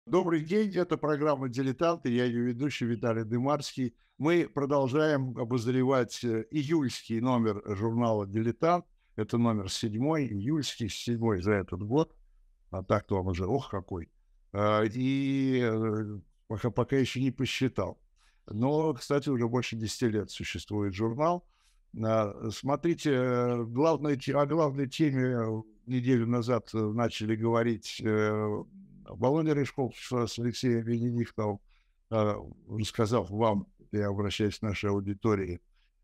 Добрый день, это программа «Дилетанты», я ее ведущий Виталий Дымарский. Мы продолжаем обозревать июльский номер журнала «Дилетант». Это номер 7, июльский, 7 за этот год. А так-то он уже, ох, какой. Пока еще не посчитал. Но, кстати, уже больше 10 лет существует журнал. Смотрите, о главной теме неделю назад начали говорить Володя Рыжков с Алексеем Венедиктовым, рассказав вам, я обращаюсь к нашей аудитории,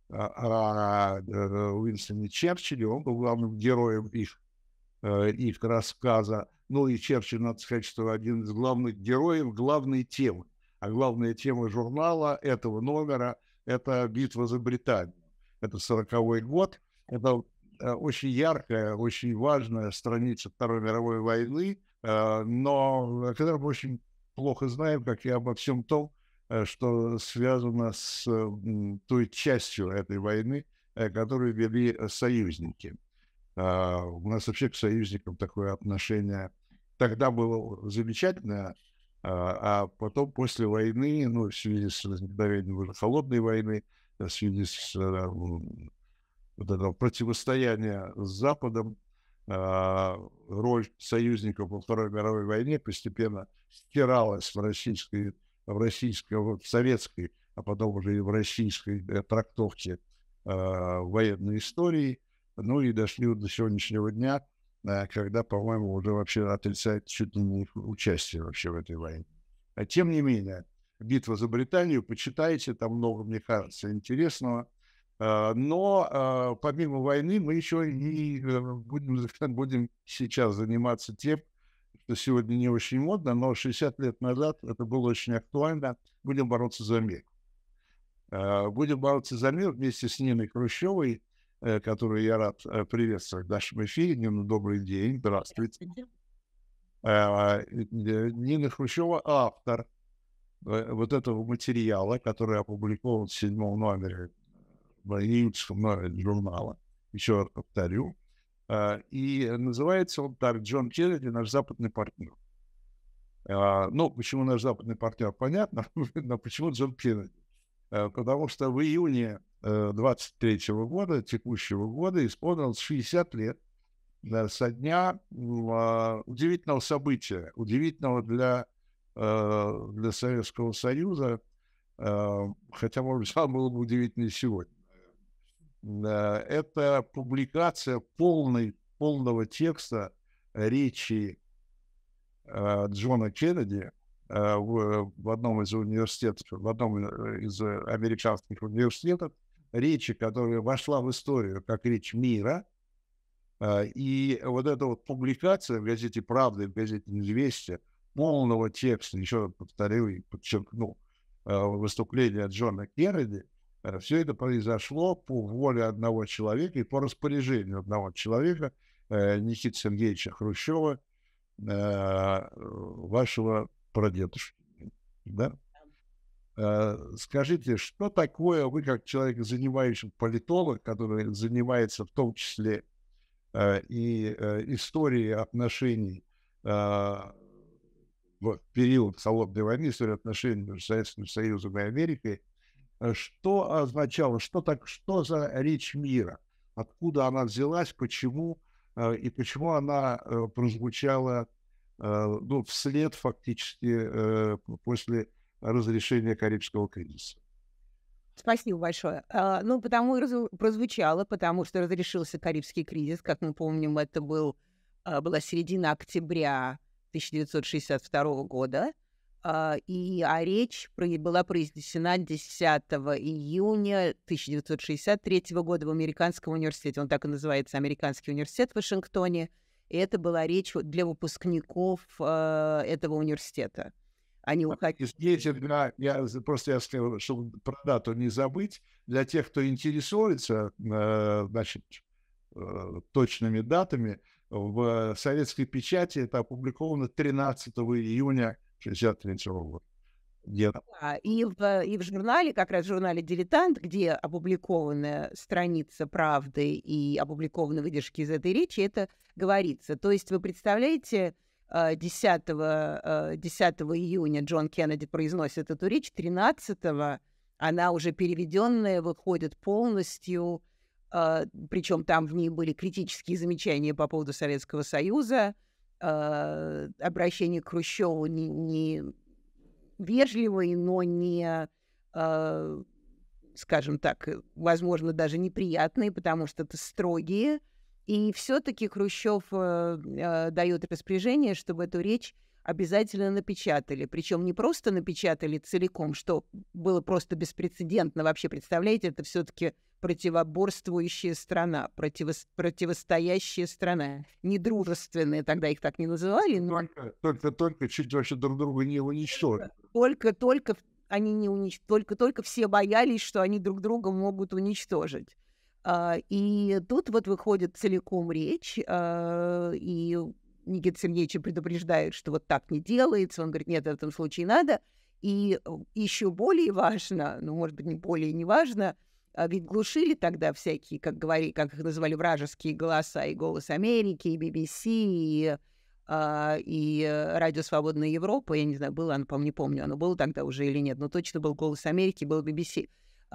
Уинстоне Черчилле. Он был главным героем их рассказа. Ну и Черчилль, надо сказать, что один из главных героев главной темы. А главная тема журнала этого номера — это битва за Британию. Это 40-й год. Это очень яркая, очень важная страница Второй мировой войны, но о которой мы очень плохо знаем, как и обо всем том, что связано с той частью этой войны, которую вели союзники. У нас вообще к союзникам такое отношение тогда было замечательное, а потом после войны, ну, в связи с возникновением уже холодной войны, в связи с вот этого противостояния с Западом, роль союзников во Второй мировой войне постепенно стиралась в советской, а потом уже и в российской трактовке военной истории. Ну и дошли до сегодняшнего дня, когда, по-моему, уже вообще отрицает чуть ли не участие вообще в этой войне. Тем не менее, битва за Британию, почитайте, там много, мне кажется, интересного. Но помимо войны мы еще и будем сейчас заниматься тем, что сегодня не очень модно, но 60 лет назад это было очень актуально. Будем бороться за мир. Будем бороться за мир вместе с Ниной Хрущевой, которую я рад приветствовать в нашем эфире. Нина, добрый день, здравствуйте. Нина Хрущева — автор вот этого материала, который опубликован в 7 номере, в июльском номере журнала, еще раз повторю. И называется он так: «Джон Кеннеди, наш западный партнер». Ну, почему наш западный партнер, понятно, но почему Джон Кеннеди? Потому что в июне 23-го года, текущего года, исполнилось 60 лет со дня удивительного события, удивительного для Советского Союза, хотя, может быть, было бы удивительно и сегодня. Это публикация полного текста речи Джона Кеннеди в одном из университетов, в одном из американских университетов, речи, которая вошла в историю как речь мира. И вот эта вот публикация в газете «Правда» и в газете «Известия» полного текста, еще раз повторю и подчеркну, выступления Джона Кеннеди, все это произошло по воле одного человека и по распоряжению одного человека, Никиты Сергеевича Хрущева, вашего прадедушки. Да? Скажите, что такое вы, как человек, политолог, который занимается в том числе и историей отношений в период холодной войны, история отношений между Советским Союзом и Америкой, что означало, что за речь мира, откуда она взялась, почему и почему она прозвучала вслед фактически после разрешения Карибского кризиса? Спасибо большое. Ну, потому и прозвучало, потому что разрешился Карибский кризис. Как мы помним, это была середина октября 1962 года. Речь была произнесена 10 июня 1963 года в Американском университете. Он так и называется, Американский университет в Вашингтоне. И это была речь для выпускников этого университета. Они уходили. Я сказал, чтобы про дату не забыть, для тех, кто интересуется, точными датами, в советской печати это опубликовано 13 июня 1963 года. И в журнале, как раз в журнале «Дилетант», где опубликована страница «Правды» и опубликованы выдержки из этой речи, это говорится. То есть вы представляете, 10 июня Джон Кеннеди произносит эту речь, 13-го она уже переведенная, выходит полностью, причем там в ней были критические замечания по поводу Советского Союза, обращение к Хрущеву не вежливый, но не, скажем так, возможно, даже неприятные, потому что это строгие. И все-таки Хрущев дает распоряжение, чтобы эту речь обязательно напечатали. Причем не просто напечатали целиком, что было просто беспрецедентно. Вообще, представляете, это все-таки противоборствующая страна, противостоящая страна. Недружественная, тогда их так не называли. Но... Только чуть вообще друг друга не уничтожили. Только все боялись, что они друг друга могут уничтожить. И тут вот выходит целиком речь, и Никита Сергеевич предупреждает, что вот так не делается. Он говорит, нет, в этом случае надо. И еще более важно, ну, может быть, не более не важно, ведь глушили тогда всякие, как их называли, вражеские голоса, и «Голос Америки», и BBC, и «Радио Свободная Европа». Я не знаю, было оно, не помню, оно было тогда уже или нет, но точно был «Голос Америки», был BBC.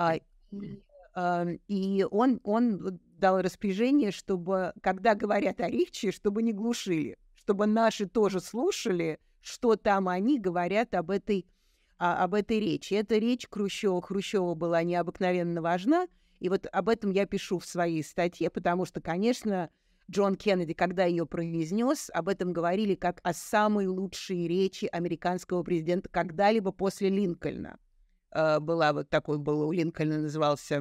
И он дал распоряжение, чтобы, когда говорят о речи, чтобы не глушили, чтобы наши тоже слушали, что там они говорят об этой речи. Эта речь Хрущева была необыкновенно важна, и вот об этом я пишу в своей статье, потому что, конечно, Джон Кеннеди, когда ее произнес, об этом говорили как о самой лучшей речи американского президента когда-либо после Линкольна. Был у Линкольна, назывался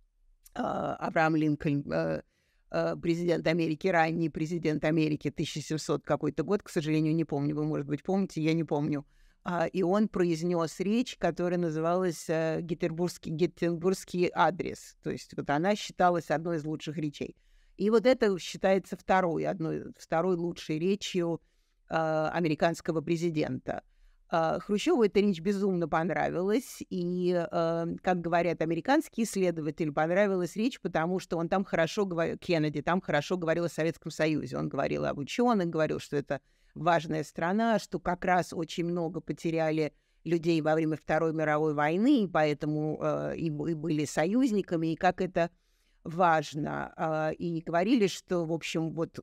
Авраам Линкольн, президент Америки, ранний президент Америки, 1700 какой-то год, к сожалению, не помню, вы, может быть, помните, я не помню. И он произнес речь, которая называлась «Геттенбургский адрес». То есть вот она считалась одной из лучших речей. И вот это считается второй лучшей речью американского президента. Хрущеву эта речь безумно понравилась, и, как говорят американские исследователи, понравилась речь, потому что он там Кеннеди там хорошо говорил о Советском Союзе. Он говорил об ученых, говорил, что это важная страна, что как раз очень много потеряли людей во время Второй мировой войны, и поэтому и были союзниками, и как это важно. И говорили, что, в общем, вот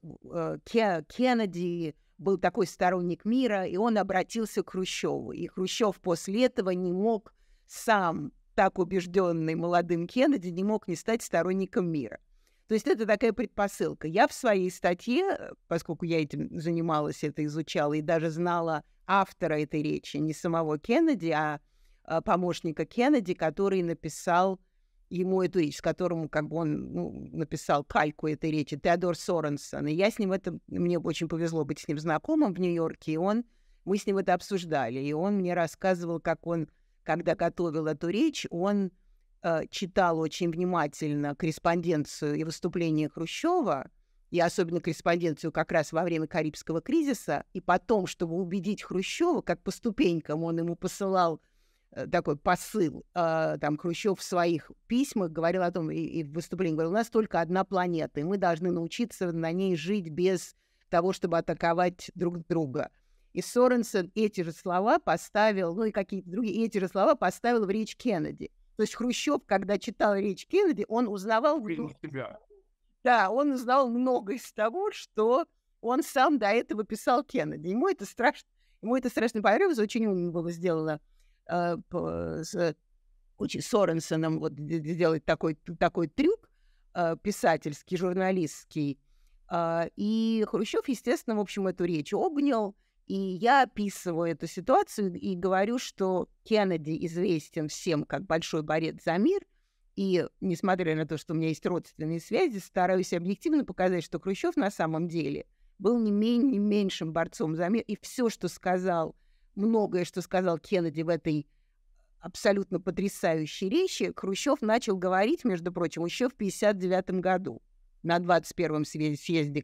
Кеннеди был такой сторонник мира, и он обратился к Хрущеву. И Хрущев после этого не мог сам, так убежденный молодым Кеннеди, не мог не стать сторонником мира. То есть это такая предпосылка. Я в своей статье, поскольку я этим занималась, это изучала, и даже знала автора этой речи, не самого Кеннеди, а помощника Кеннеди, который написал ему эту речь, с которым как бы он написал кальку этой речи, Теодор Соренсон. И я с ним мне очень повезло быть с ним знакомым в Нью-Йорке, и мы с ним это обсуждали. И он мне рассказывал, как он, когда готовил эту речь, он читал очень внимательно корреспонденцию и выступления Хрущева, и особенно корреспонденцию как раз во время Карибского кризиса, и потом, чтобы убедить Хрущева, как по ступенькам он ему посылал такой посыл. Там Хрущев в своих письмах говорил о том, и в выступлении говорил, у нас только одна планета, и мы должны научиться на ней жить без того, чтобы атаковать друг друга. И Соренсон эти же слова поставил, и какие-то другие, эти же слова поставил в речь Кеннеди. То есть Хрущев, когда читал речь Кеннеди, он узнавал... Да, он узнал много из того, что он сам до этого писал Кеннеди. Ему это страшно понравилось, очень умно было сделано с Соренсоном вот сделать такой трюк писательский, журналистский. И Хрущев, естественно, в общем, эту речь обнял. И я описываю эту ситуацию и говорю, что Кеннеди известен всем как большой борец за мир. И, несмотря на то, что у меня есть родственные связи, стараюсь объективно показать, что Хрущев на самом деле был не меньшим борцом за мир. И все, что сказал, многое, что сказал Кеннеди в этой абсолютно потрясающей речи, Хрущев начал говорить, между прочим, еще в 1959 году на 21-м съезде,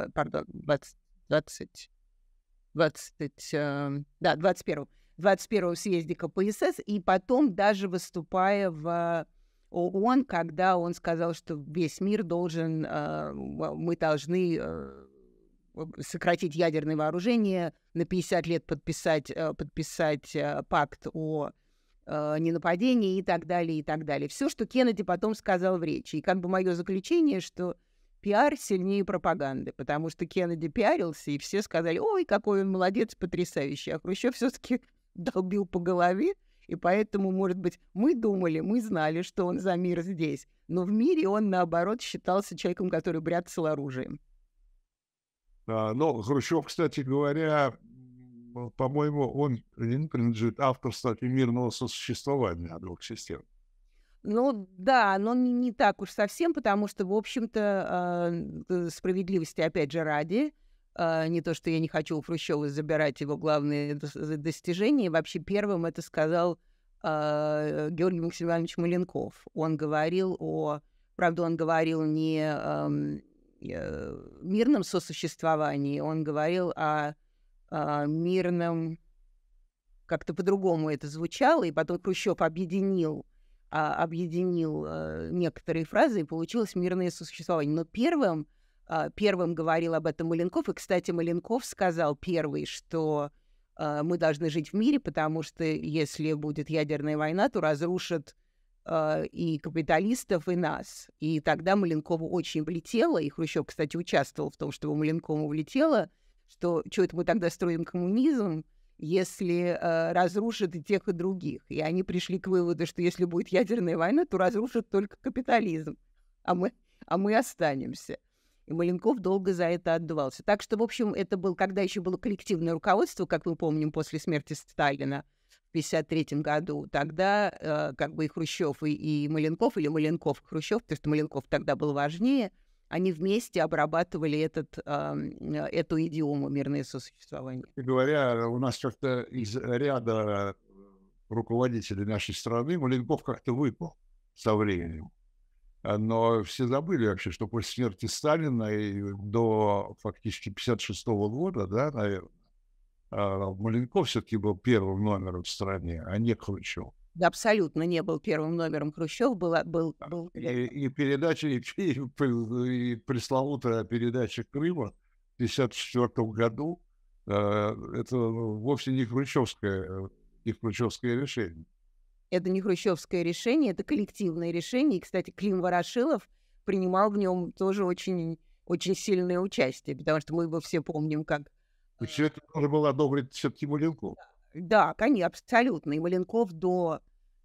21-м съезде КПСС, и потом даже выступая в ООН, когда он сказал, что весь мир мы должны сократить ядерное вооружение, на 50 лет подписать пакт о ненападении и так далее, и так далее. Все, что Кеннеди потом сказал в речи. И как бы мое заключение, что пиар сильнее пропаганды, потому что Кеннеди пиарился, и все сказали: ой, какой он молодец, потрясающий. А Хрущев все-таки долбил по голове, и поэтому, может быть, мы знали, что он за мир здесь, но в мире он, наоборот, считался человеком, который бряцал оружием. Но Хрущев, кстати говоря, по-моему, он принадлежит авторству мирного сосуществования двух систем. Ну да, но не так уж совсем, потому что, в общем-то, справедливости, опять же, ради, не то, что я не хочу у Хрущева забирать его главные достижения, вообще первым это сказал Георгий Максимович Маленков. Он говорил правда, он говорил не о мирном сосуществовании, он говорил о мирном, как-то по-другому это звучало, и потом Хрущев объединил некоторые фразы, и получилось мирное сосуществование. Но первым говорил об этом Маленков, и, кстати, Маленков сказал первый, что мы должны жить в мире, потому что если будет ядерная война, то разрушат и капиталистов, и нас. И тогда Маленкову очень влетело, и Хрущев, кстати, участвовал в том, чтобы Маленкову влетело, что это мы тогда строим коммунизм, если разрушат и тех, и других. И они пришли к выводу, что если будет ядерная война, то разрушат только капитализм, а мы останемся. И Маленков долго за это отдувался. Так что, в общем, это был, когда еще было коллективное руководство, как мы помним, после смерти Сталина в 1953 году, тогда как бы и Хрущев, и Маленков, или Маленков и Хрущев, потому что Маленков тогда был важнее, они вместе обрабатывали эту идиому «мирное сосуществование». И говоря, у нас как-то из ряда руководителей нашей страны Маленков как-то выпал со временем. Но все забыли вообще, что после смерти Сталина и до фактически 1956 года, да, наверное, Маленков все-таки был первым номером в стране, а не Хрущев. Да, абсолютно не был первым номером. Хрущев был... И передача, и пресловутая передача Крыма в 1954 году, это вовсе не хрущевское решение. Это не хрущевское решение, это коллективное решение. И, кстати, Клим Ворошилов принимал в нем тоже очень, очень сильное участие, потому что мы его все помним как... И все это должен был одобрить все-таки Маленков. Да, конечно, абсолютно. И Маленков до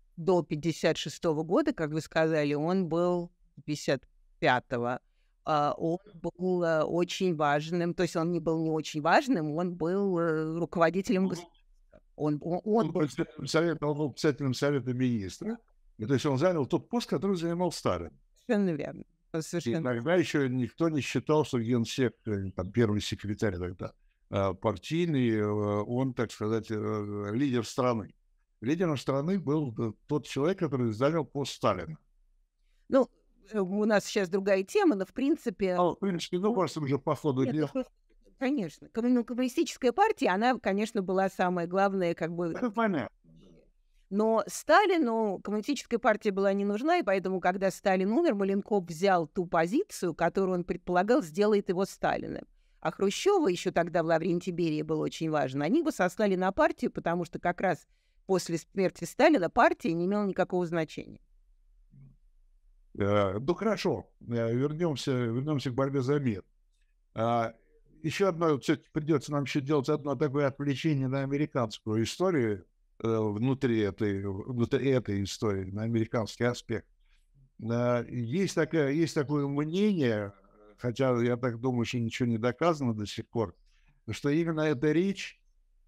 1956 года, как вы сказали, он был 1955-го. Он был очень важным, то есть он не был не очень важным, он был руководителем государства. Он был председателем Совета Министров. То есть он занял тот пост, который занимал Сталин. Совершенно верно. И иногда еще никто не считал, что генсек, там, первый секретарь тогда, партийный, он, так сказать, лидер страны. Лидером страны был тот человек, который занял пост Сталина. Ну, у нас сейчас другая тема, но в принципе... просто уже по ходу дела. Конечно. Коммунистическая партия, она, конечно, была самая главная, как бы... Это понятно. Но Сталину коммунистическая партия была не нужна, и поэтому, когда Сталин умер, Маленков взял ту позицию, которую он предполагал, сделает его Сталиным. А Хрущева, еще тогда в Лаврентии Берии было очень важно, они бы сослали на партию, потому что как раз после смерти Сталина партия не имела никакого значения. Ну, хорошо. Вернемся к борьбе за мир. Еще одно, все-таки придется нам еще делать одно такое отвлечение на американскую историю, внутри этой истории, на американский аспект. Есть такое мнение, хотя я так думаю, что ничего не доказано до сих пор, что именно эта речь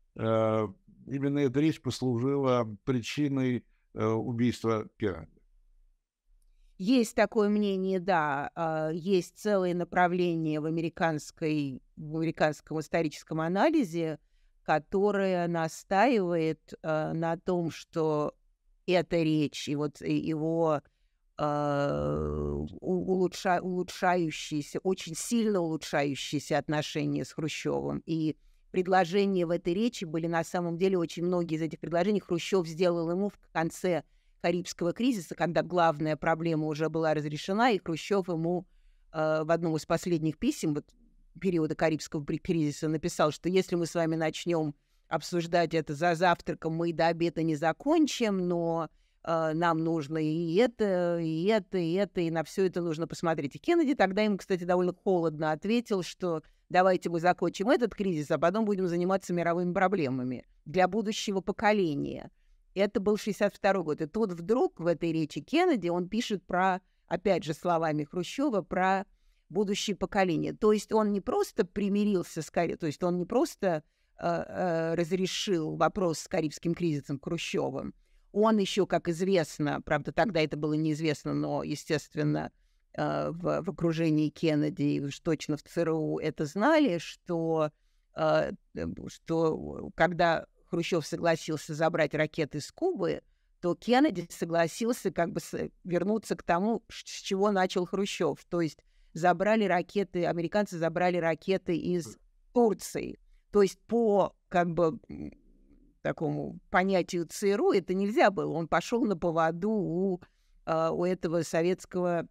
послужила причиной убийства Кеннеди. Есть такое мнение, да. Есть целое направление в американском историческом анализе, которое настаивает на том, что эта речь и вот его улучшающиеся, очень сильно улучшающиеся отношения с Хрущевым. И предложения в этой речи были на самом деле, очень многие из этих предложений Хрущев сделал ему в конце Карибского кризиса, когда главная проблема уже была разрешена, и Хрущев ему в одном из последних писем, вот периода Карибского кризиса написал, что если мы с вами начнем обсуждать это за завтраком, мы и до обеда не закончим, но нам нужно и это, и это, и это, и на все это нужно посмотреть. И Кеннеди тогда ему, кстати, довольно холодно ответил, что давайте мы закончим этот кризис, а потом будем заниматься мировыми проблемами для будущего поколения. И это был 1962 год. И тут вдруг в этой речи Кеннеди он пишет про, опять же, словами Хрущева, про будущее поколение. То есть он не просто примирился с то есть он не просто разрешил вопрос с Карибским кризисом Хрущевым, он еще, как известно, правда, тогда это было неизвестно, но, естественно, в окружении Кеннеди и уж точно в ЦРУ это знали, что когда Хрущев согласился забрать ракеты с Кубы, то Кеннеди согласился как бы вернуться к тому, с чего начал Хрущев. То есть американцы забрали ракеты из Турции. То есть по как бы такому понятию ЦРУ это нельзя было. Он пошел на поводу у этого советского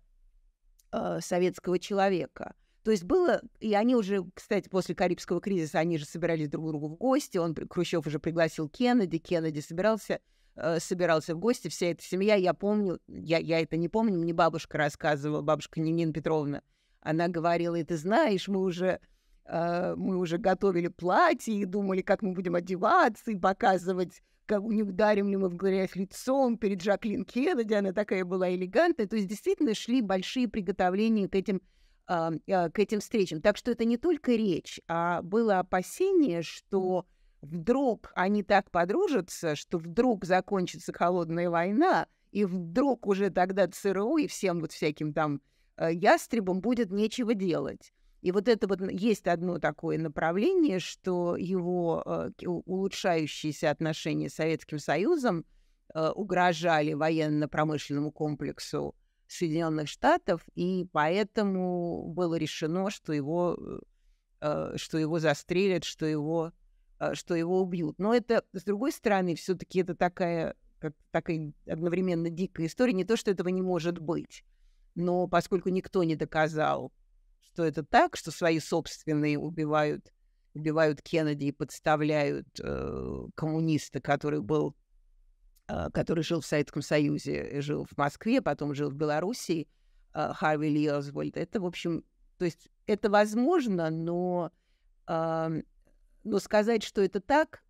человека. То есть было, и они уже, кстати, после Карибского кризиса, они же собирались друг к другу в гости, Хрущев уже пригласил Кеннеди собирался в гости, вся эта семья, я помню, я это не помню, мне бабушка рассказывала, бабушка Нина Петровна, она говорила, и ты знаешь, мы уже готовили платье и думали, как мы будем одеваться и показывать, как не ударим ли мы в грязь лицом перед Жаклин Кеннеди, она такая была элегантная. То есть действительно шли большие приготовления к этим встречам. Так что это не только речь, а было опасение, что вдруг они так подружатся, что вдруг закончится холодная война, и вдруг уже тогда ЦРУ и всем вот всяким там ястребам будет нечего делать. И вот это вот есть одно такое направление, что его улучшающиеся отношения с Советским Союзом угрожали военно-промышленному комплексу Соединенных Штатов, и поэтому было решено, что его застрелят, что его убьют. Но это, с другой стороны, все-таки это такая одновременно дикая история. Не то, что этого не может быть, но поскольку никто не доказал, что это так, что свои собственные убивают Кеннеди и подставляют коммуниста, который жил в Советском Союзе, жил в Москве, потом жил в Белоруссии, Харви Ли Освальд. Это, в общем, то есть это возможно, но сказать, что это так,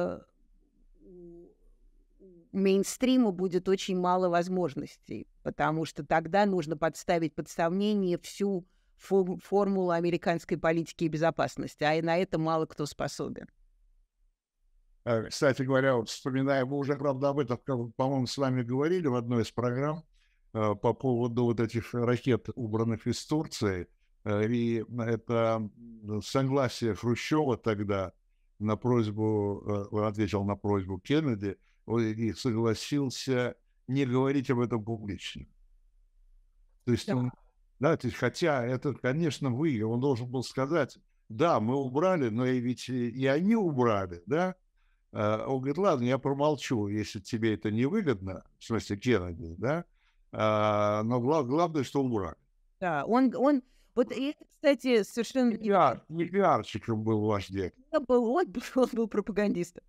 мейнстриму будет очень мало возможностей, потому что тогда нужно подставить под сомнение всю формулу американской политики и безопасности, а и на это мало кто способен. Кстати говоря, вот вспоминаем, мы уже, правда, об этом, по-моему, с вами говорили в одной из программ по поводу вот этих ракет, убранных из Турции, и это согласие Хрущева тогда ответил на просьбу Кеннеди и согласился не говорить об этом публично. То есть он... Да, то есть, хотя это, конечно, он должен был сказать, да, мы убрали, но ведь и они убрали, да? Он говорит, ладно, я промолчу, если тебе это не выгодно, в смысле Кеннеди, да? Но главное, что убрали. Да, он вот и это, кстати, совершенно... Не пиарщиком был ваш дед. Он был пропагандистом.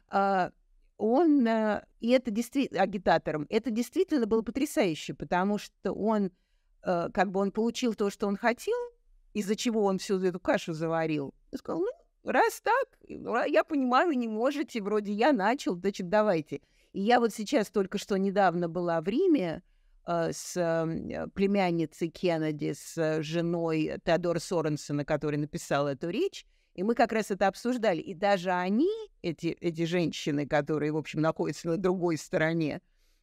И это действительно агитатором. Это действительно было потрясающе, потому что он получил то, что он хотел, из-за чего он всю эту кашу заварил. И сказал, раз так, я понимаю, не можете, вроде я начал, значит, давайте. И я вот сейчас только что недавно была в Риме с племянницей Кеннеди, с женой Теодора Соренсона, который написал эту речь, и мы как раз это обсуждали. И даже они, эти женщины, которые, в общем, находятся на другой стороне,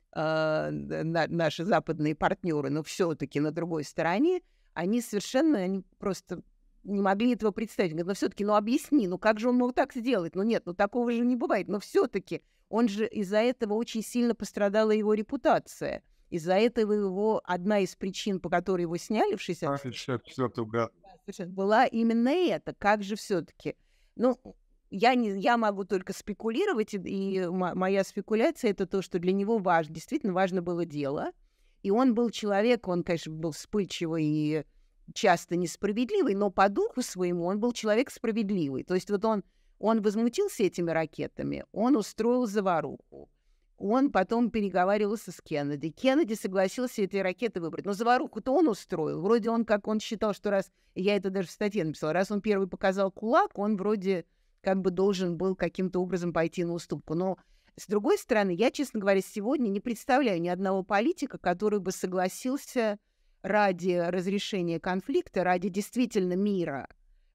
наши западные партнеры, но все-таки на другой стороне, они просто не могли этого представить. Говорят, все-таки, объясни, как же он мог так сделать? Нет, такого же не бывает. Но все-таки он же из-за этого очень сильно пострадала его репутация. Из-за этого одна из причин, по которой его сняли в 1964 году, была именно это. Как же все-таки? Я могу только спекулировать, и моя спекуляция — это то, что для него действительно важно было дело. И он был человек, он, конечно, был вспыльчивый и часто несправедливый, но по духу своему он был человек справедливый. То есть вот он возмутился этими ракетами, он устроил заваруху. Он потом переговаривался с Кеннеди. Кеннеди согласился эти ракеты выбрать. Но заваруху-то он устроил. Вроде он считал, что раз, я это даже в статье написала, раз он первый показал кулак, он вроде как бы должен был каким-то образом пойти на уступку. Но, с другой стороны, я, честно говоря, сегодня не представляю ни одного политика, который бы согласился ради разрешения конфликта, ради действительно мира,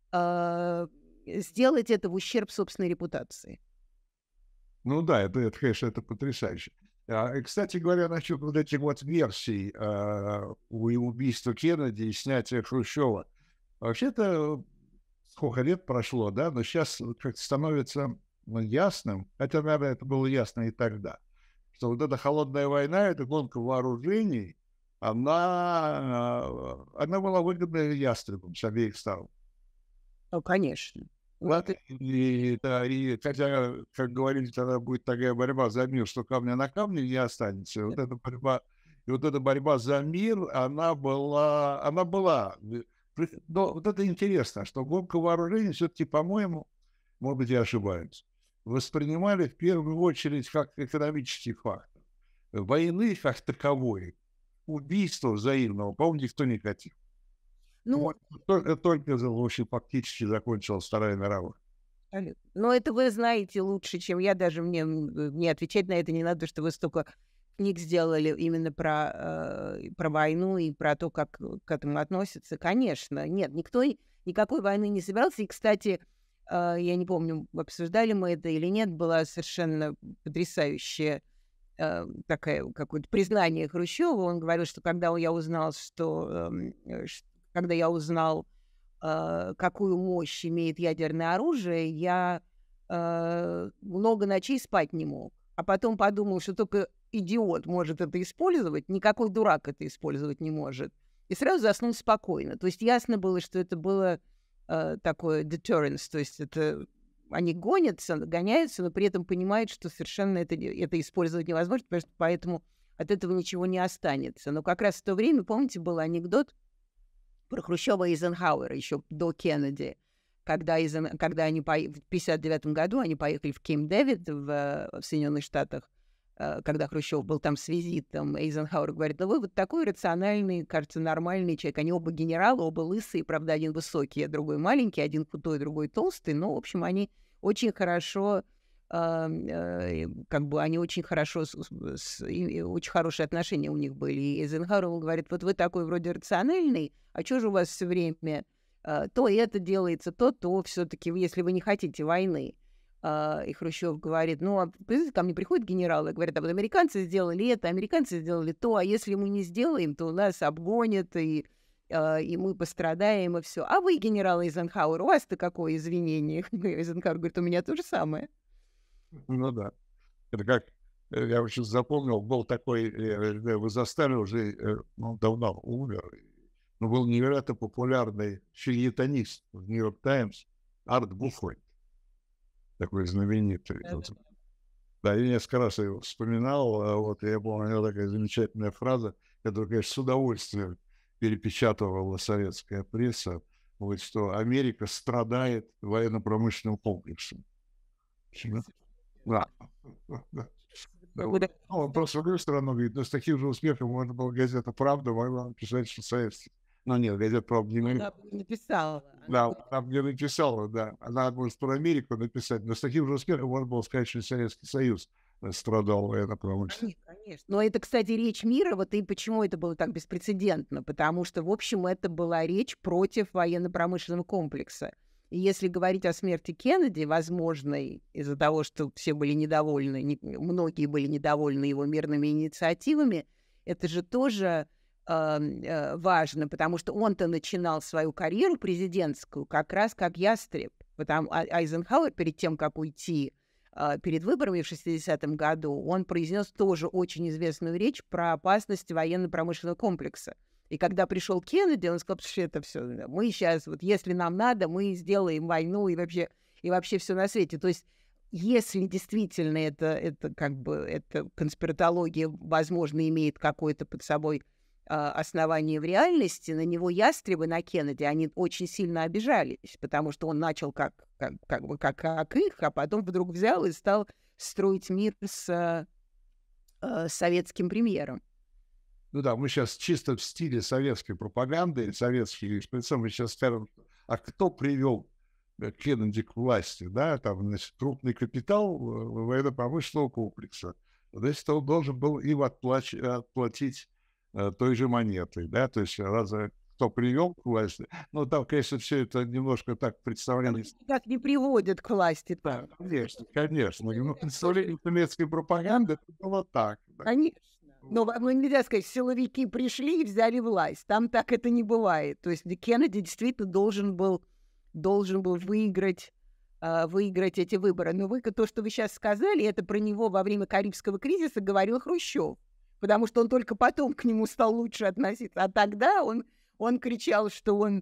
сделать это в ущерб собственной репутации. Ну да, это, конечно, это потрясающе. И, кстати говоря, насчет вот этих вот версий убийства Кеннеди и снятия Хрущева. Вообще-то, сколько лет прошло, да, но сейчас как-то становится ясным, хотя, наверное, это было ясно и тогда, что вот эта холодная война, эта гонка вооружений, она была выгодна ястребам с обеих сторон. Ну, конечно. И хотя, как говорили, тогда будет такая борьба за мир, что камня на камне не останется. Вот эта борьба за мир, она была. Но вот это интересно, что гонка вооружений все-таки, по-моему, может быть, я ошибаюсь, воспринимали в первую очередь как экономический фактор. Войны как таковой, убийства взаимного, по-моему, никто не хотел. Ну, только вообще фактически закончилась Вторая мировая. Но это вы знаете лучше, чем я. Даже мне отвечать на это не надо, что вы столько книг сделали именно про войну и про то, как к этому относятся. Конечно, нет, никто никакой войны не собирался. И, кстати, я не помню, обсуждали мы это или нет, была совершенно потрясающая такое какое-то признание Хрущева. Он говорил, что когда я узнал, какую мощь имеет ядерное оружие, я много ночей спать не мог. А потом подумал, что только идиот может это использовать, никакой дурак это использовать не может. И сразу заснул спокойно. То есть ясно было, что это было такое deterrence, то есть это они гоняются, но при этом понимают, что совершенно это использовать невозможно, потому что поэтому от этого ничего не останется. Но как раз в то время, помните, был анекдот про Хрущева и Эйзенхауэра еще до Кеннеди, когда они в 1959 году они поехали в Кемп-Дэвид в Соединенных Штатах, когда Хрущев был там с визитом. Эйзенхауэр говорит: ну вы вот такой рациональный, кажется, нормальный человек. Они оба генералы, оба лысые, правда, один высокий, а другой маленький, один худой, другой толстый, но, в общем, они очень хорошо... они очень очень хорошие отношения у них были. И Эйзенхауэр говорит: вот вы такой вроде рациональный, а что же у вас все время то это делается, то все-таки, если вы не хотите войны. И Хрущев говорит: ну, ко мне приходят генералы и говорят: а вот американцы сделали это, американцы сделали то, а если мы не сделаем, то нас обгонят, и мы пострадаем, и все. А вы, генерал Эйзенхауэр, у вас-то какое извинение? Эйзенхауэр говорит: у меня то же самое. Ну да. Это как, я очень запомнил, был такой, вы застали уже, давно умер, но был невероятно популярный фельетонист в «Нью-Йорк Таймс» Арт Буффет, такой знаменитый. Да, я несколько раз его вспоминал, вот, я помню, у него такая замечательная фраза, которую, конечно, с удовольствием перепечатывала советская пресса, вот, что Америка страдает военно-промышленным комплексом. Да. Он просто в другую сторону говорит: но с таким же успехом можно было газета «Правда» могла написать, что советский. Ну нет, газета «Правда» не написала. Да, она мне написала, да. Она может про Америку написать, но с таким же успехом можно было сказать, что Советский Союз страдал военно-промышленно. Конечно. Но это, кстати, речь мира, вот и почему это было так беспрецедентно, потому что, в общем, это была речь против военно-промышленного комплекса. И если говорить о смерти Кеннеди, возможной из-за того, что все были недовольны, многие были недовольны его мирными инициативами, это же тоже важно, потому что он-то начинал свою карьеру президентскую как раз как ястреб. Эйзенхауэр перед тем, как уйти перед выборами в 60-м году, он произнес тоже очень известную речь про опасность военно-промышленного комплекса. И когда пришел Кеннеди, он сказал, что это все, мы сейчас, вот если нам надо, мы сделаем войну и вообще все на свете. То есть если действительно это конспиратология, возможно, имеет какой-то под собой основание в реальности, на него ястребы, на Кеннеди, они очень сильно обижались, потому что он начал как их, а потом вдруг взял и стал строить мир с советским премьером. Ну да, мы сейчас чисто в стиле советской пропаганды, советских экспрессов, мы сейчас скажем, а кто привел Кеннеди к власти, да, там, значит, крупный капитал военно-промышленного комплекса. Значит, он должен был им отплатить той же монетой, да, то есть кто привел к власти. Ну, там, конечно, все это немножко так представлялось. Как не приводят к власти. Да, конечно, конечно. Но представление советской пропаганды это было так. Да. Конечно. Но нельзя сказать, силовики пришли и взяли власть. Там так это не бывает. То есть Кеннеди действительно должен был выиграть эти выборы. Но то, что вы сейчас сказали, это про него во время Карибского кризиса говорил Хрущев. Потому что он только потом к нему стал лучше относиться. А тогда он кричал, что он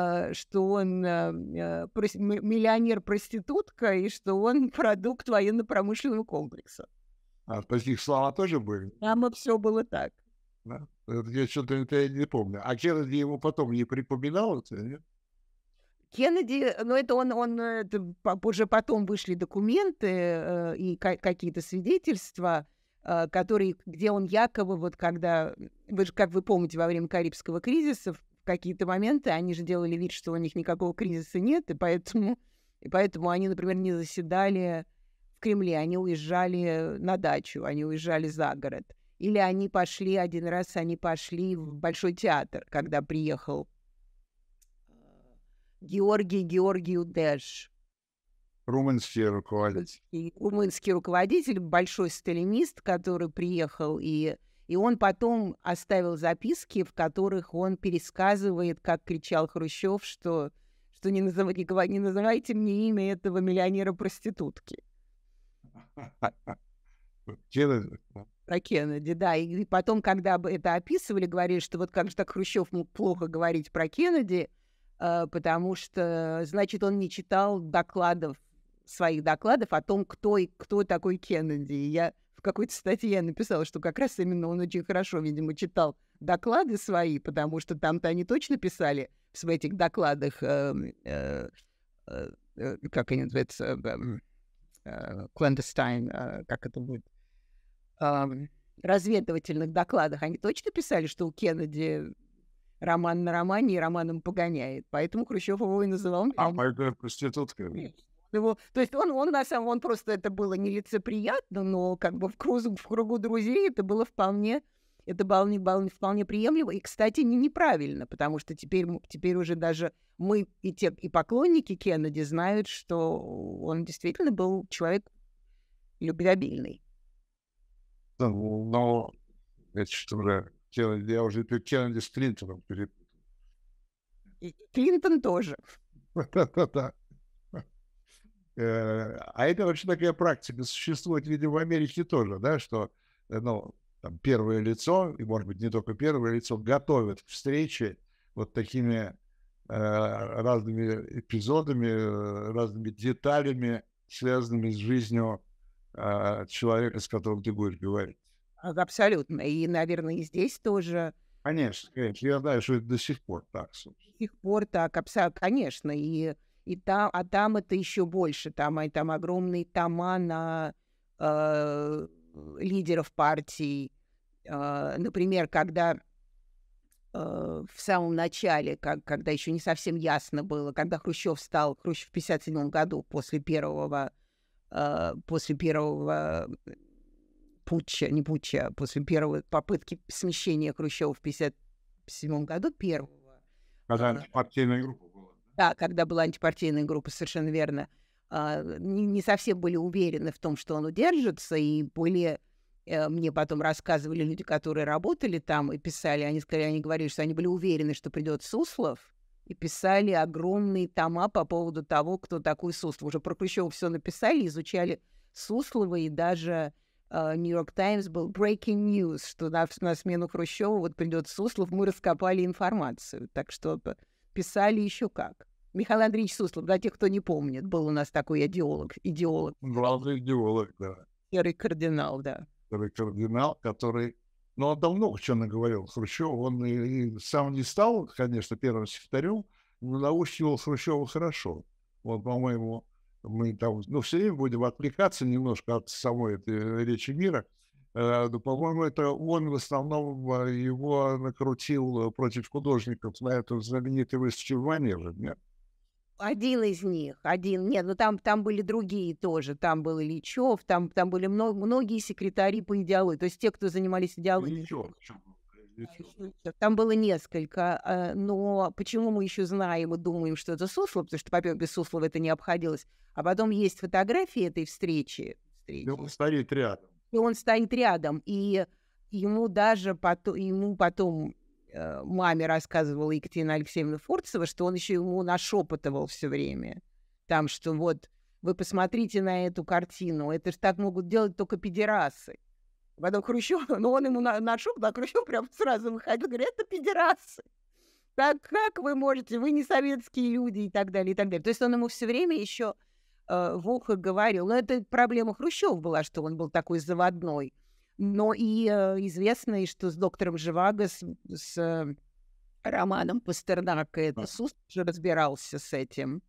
миллионер-проститутка и что он продукт военно-промышленного комплекса. А таких слова тоже были? Там все было так. Да? Я что-то не помню. А Кеннеди ему потом не припоминал это, нет? Кеннеди, ну это уже потом вышли документы и какие-то свидетельства, где он якобы, вот когда, как вы помните, во время Карибского кризиса, в какие-то моменты они же делали вид, что у них никакого кризиса нет, и поэтому они, например, не заседали в Кремле, они уезжали на дачу, они уезжали за город. Или один раз они пошли в Большой театр, когда приехал Георгий Удеш. Румынский руководитель, большой сталинист, который приехал, и он потом оставил записки, в которых он пересказывает, как кричал Хрущев, что не называйте мне имя этого миллионера-проститутки. Про Кеннеди, да. И потом, когда это описывали, говорили, что вот как же так Хрущев мог плохо говорить про Кеннеди, потому что, значит, он не читал своих докладов о том, кто такой Кеннеди. И я в какой-то статье написала, что как раз именно он очень хорошо, видимо, читал доклады свои, потому что там-то они точно писали в этих докладах, как они называются, clandestine, как это будет, разведывательных докладах, они точно писали, что у Кеннеди роман на романе и романом погоняет. Поэтому Хрущев его и называл. Моя проститутка. То есть он просто, это было нелицеприятно, но как бы в кругу друзей это было вполне приемлемо. И, кстати, неправильно, потому что теперь уже даже мы и поклонники Кеннеди знают, что он действительно был человек любвеобильный. Но это что же, я уже Кеннеди с Клинтоном перепутал. И Клинтон тоже. Да. А это вообще такая практика существует, видимо, в Америке тоже, да, что, там первое лицо, и, может быть, не только первое лицо, готовят к встрече вот такими разными эпизодами, разными деталями, связанными с жизнью человека, с которым ты будешь говорить. Абсолютно. И, наверное, и здесь тоже. Конечно. Я знаю, что это до сих пор так. Собственно. До сих пор так, конечно. Там это еще больше. Там огромные тома на лидеров партий. Например, когда в самом начале, когда еще не совсем ясно было, когда Хрущев в 1957 году после первого после первой попытки смещения Хрущева в 1957 году, первого. Когда антипартийная группа была. Да, когда была антипартийная группа, совершенно верно. Не совсем были уверены в том, что он удержится, и мне потом рассказывали люди, которые работали там и писали, они говорили, что они были уверены, что придет Суслов, и писали огромные тома по поводу того, кто такой Суслов. Уже про Хрущева все написали, изучали Суслова, и даже Нью-Йорк Таймс был breaking news, что на смену Хрущева вот придет Суслов, мы раскопали информацию. Так что писали еще как. Михаил Андреевич Суслов, для тех, кто не помнит, был у нас такой идеолог. Главный идеолог, да. Серый кардинал, да. Серый кардинал, который Но он там много чего наговорил Хрущев. Он и сам не стал, конечно, первым секретарем, но научивал Хрущева хорошо. Вот, по-моему, мы там, ну, все время будем отвлекаться немножко от самой этой речи мира. Но, по-моему, это он в основном его накрутил против художников на эту знаменитую выставку в Манеже, нет? Один из них, один. Нет, ну там были другие тоже. Там был Ильичев, там были многие секретари по идеологии. То есть те, кто занимались идеологией. Ильичев. Там было несколько. Но почему мы еще знаем и думаем, что это Суслов? Потому что, во-первых, без Суслова это не обходилось. А потом есть фотографии этой встречи. И он стоит рядом. И он стоит рядом. И ему потом маме рассказывала Екатерина Алексеевна Фурцева, что он еще ему нашепотывал все время. Там, что вот вы посмотрите на эту картину, это же так могут делать только педерасы. Потом Хрущев, ну он ему нашептал, а Хрущев прям сразу выходил, говорит, это педерасы. Так как вы можете, вы не советские люди и так далее, и так далее. То есть он ему все время еще в ухо говорил. Но это проблема Хрущева была, что он был такой заводной. Но и известно, что с доктором Живаго, с романом Пастернака, это Суслов же разбирался с этим.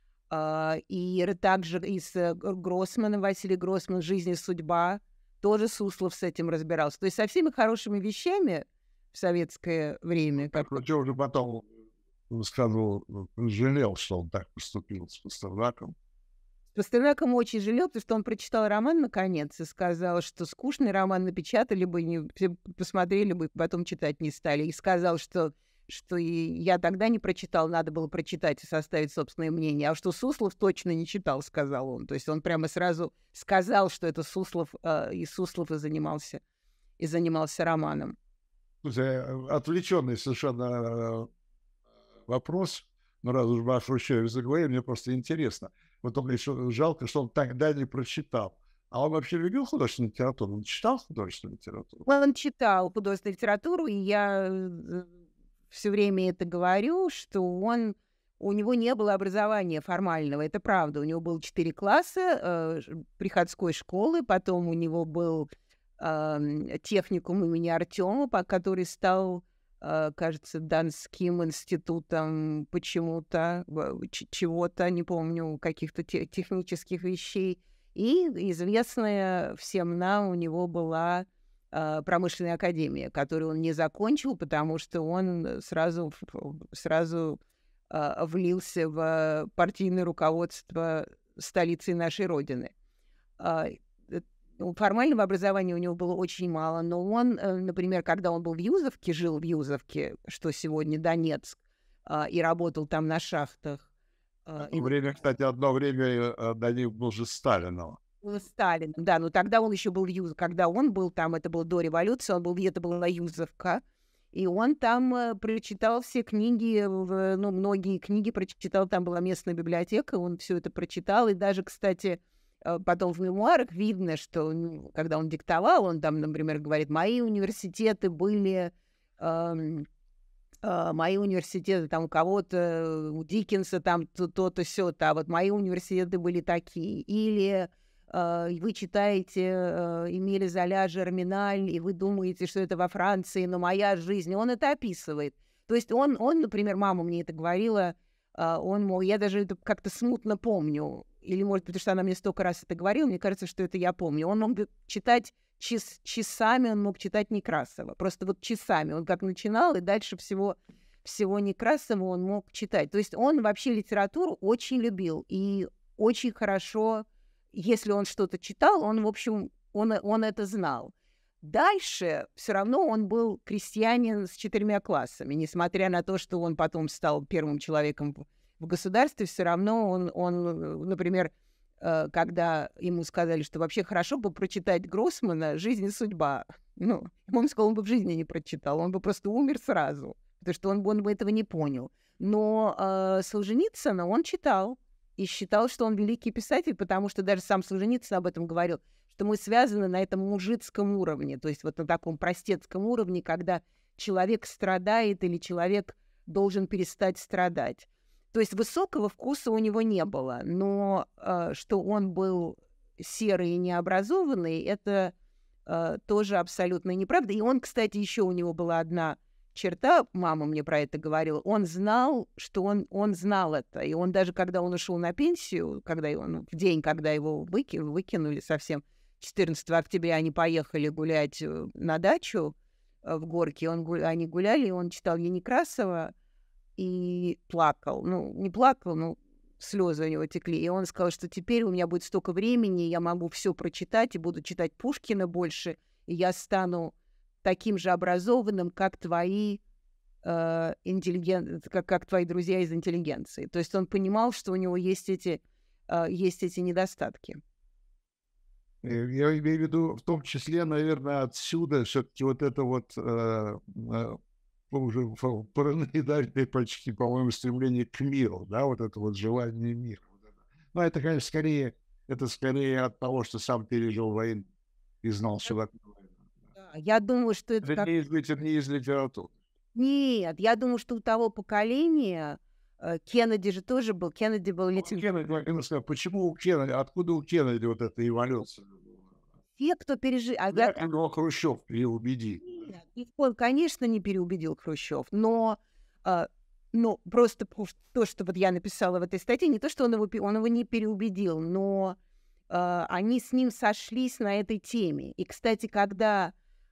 И также и с Гроссманом, Василий Гроссман «Жизнь и судьба», тоже Суслов с этим разбирался. То есть со всеми хорошими вещами в советское время. Хрущев уже потом сказал, жалел, что он так поступил с Пастернаком. Пастернаком очень жалел, потому что он прочитал роман наконец и сказал, что скучный роман напечатали бы, не, все посмотрели бы, потом читать не стали. И сказал, что и я тогда не прочитал, надо было прочитать и составить собственное мнение. А что Суслов точно не читал, сказал он. То есть он прямо сразу сказал, что это Суслов, и Суслов и занимался романом. Отвлеченный совершенно вопрос, но раз уж мы о Хрущеве заговорили, мне просто интересно. Вот он говорит, что жалко, что он тогда не прочитал. А он вообще любил художественную литературу? Он читал художественную литературу? Он читал художественную литературу, и я все время это говорю, что у него не было образования формального, это правда. У него было 4 класса приходской школы, потом у него был техникум имени Артема, который стал, кажется, Донским институтом почему-то, чего-то, не помню, каких-то технических вещей. И известная всем нам у него была промышленная академия, которую он не закончил, потому что он сразу влился в партийное руководство столицы нашей Родины. Формального образования у него было очень мало, но он, например, когда он был в Юзовке, жил в Юзовке, что сегодня Донецк, и работал там на шахтах. Кстати, одно время Данил был же Сталином. Сталин, да, но тогда он еще был в Юзовке. Когда он был там, это было до революции, это была Юзовка, и он там прочитал все книги, многие книги прочитал, там была местная библиотека, он все это прочитал, и даже, кстати, потом в мемуарах видно, что когда он диктовал, он там, например, говорит, мои университеты были... мои университеты, там у кого-то, у Диккенса там то-то, сё-то, а вот мои университеты были такие. Или вы читаете Эмиля Золя «Жерминаль», и вы думаете, что это во Франции, но моя жизнь, он это описывает. То есть он, например, мама мне это говорила, я даже это как-то смутно помню, или, может, потому что она мне столько раз это говорила, мне кажется, что это я помню. Он мог читать часами, он мог читать Некрасова. Просто вот часами. Он как начинал, и дальше всего Некрасова он мог читать. То есть он вообще литературу очень любил. И очень хорошо, если он что-то читал, он, в общем, он это знал. Дальше все равно он был крестьянин с 4 классами. Несмотря на то, что он потом стал первым человеком в государстве, все равно он, например, когда ему сказали, что вообще хорошо бы прочитать Гроссмана «Жизнь и судьба». Он сказал, он бы в жизни не прочитал, он бы просто умер сразу, потому что он бы этого не понял. Но Солженицына он читал и считал, что он великий писатель, потому что даже сам Солженицын об этом говорил, что мы связаны на этом мужицком уровне, то есть вот на таком простецком уровне, когда человек страдает или человек должен перестать страдать. То есть высокого вкуса у него не было, но что он был серый и необразованный, это тоже абсолютно неправда. И он, кстати, еще у него была одна черта, мама мне про это говорила, он знал, что он знал это. И он даже, когда он ушел на пенсию, в день, когда его выкинули совсем, 14 октября они поехали гулять на дачу в Горке, они гуляли, и он читал Некрасова и плакал. Ну, не плакал, но слезы у него текли. И он сказал, что теперь у меня будет столько времени, я могу все прочитать, и буду читать Пушкина больше, и я стану таким же образованным, как твои как твои друзья из интеллигенции. То есть он понимал, что у него есть эти недостатки. Я имею в виду, в том числе, наверное, отсюда все-таки вот это вот уже параноидальное почти, по-моему, стремление к миру, да, вот это вот желание мира. Но это, конечно, скорее от того, что сам пережил войну и знал, что такое война. Я думаю, что это не из литературы. Нет, я думаю, что у того поколения Кеннеди же тоже был. Кеннеди был литературой. Почему у Кеннеди? Откуда у Кеннеди вот эта эволюция? Те, кто пережил... Его Хрущев переубедил. Нет, он, конечно, не переубедил Хрущев, но просто то, что вот я написала в этой статье, не то, что он его не переубедил, но они с ним сошлись на этой теме. И, кстати, когда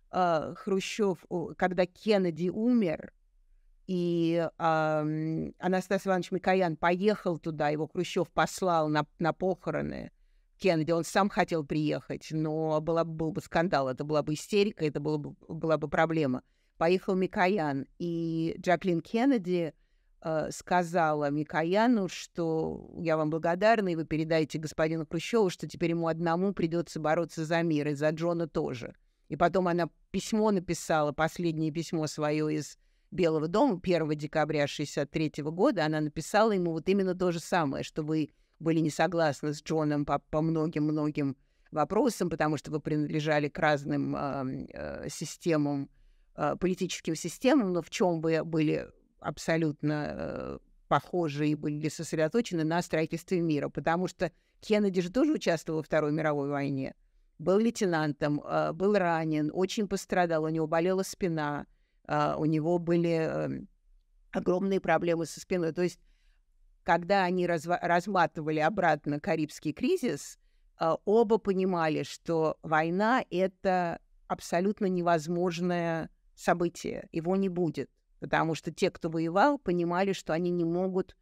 когда Кеннеди умер, и Анастасий Иванович Микоян поехал туда, его Хрущев послал на похороны Кеннеди, он сам хотел приехать, но был бы скандал, это была бы истерика, это была бы проблема. Поехал Микоян, и Джаклин Кеннеди сказала Микояну, что я вам благодарна, и вы передайте господину Хрущеву, что теперь ему одному придется бороться за мир, и за Джона тоже. И потом она письмо написала, последнее письмо свое из Белого дома 1 декабря 1963 года, она написала ему вот именно то же самое, что вы были не согласны с Джоном по многим-многим вопросам, потому что вы принадлежали к разным системам, политическим системам, но в чем вы были абсолютно похожи и были сосредоточены на строительстве мира, потому что Кеннеди же тоже участвовал во Второй мировой войне, был лейтенантом, был ранен, очень пострадал, у него болела спина, у него были огромные проблемы со спиной. То есть, когда они разматывали обратно Карибский кризис, оба понимали, что война — это абсолютно невозможное событие, его не будет, потому что те, кто воевал, понимали, что они не могут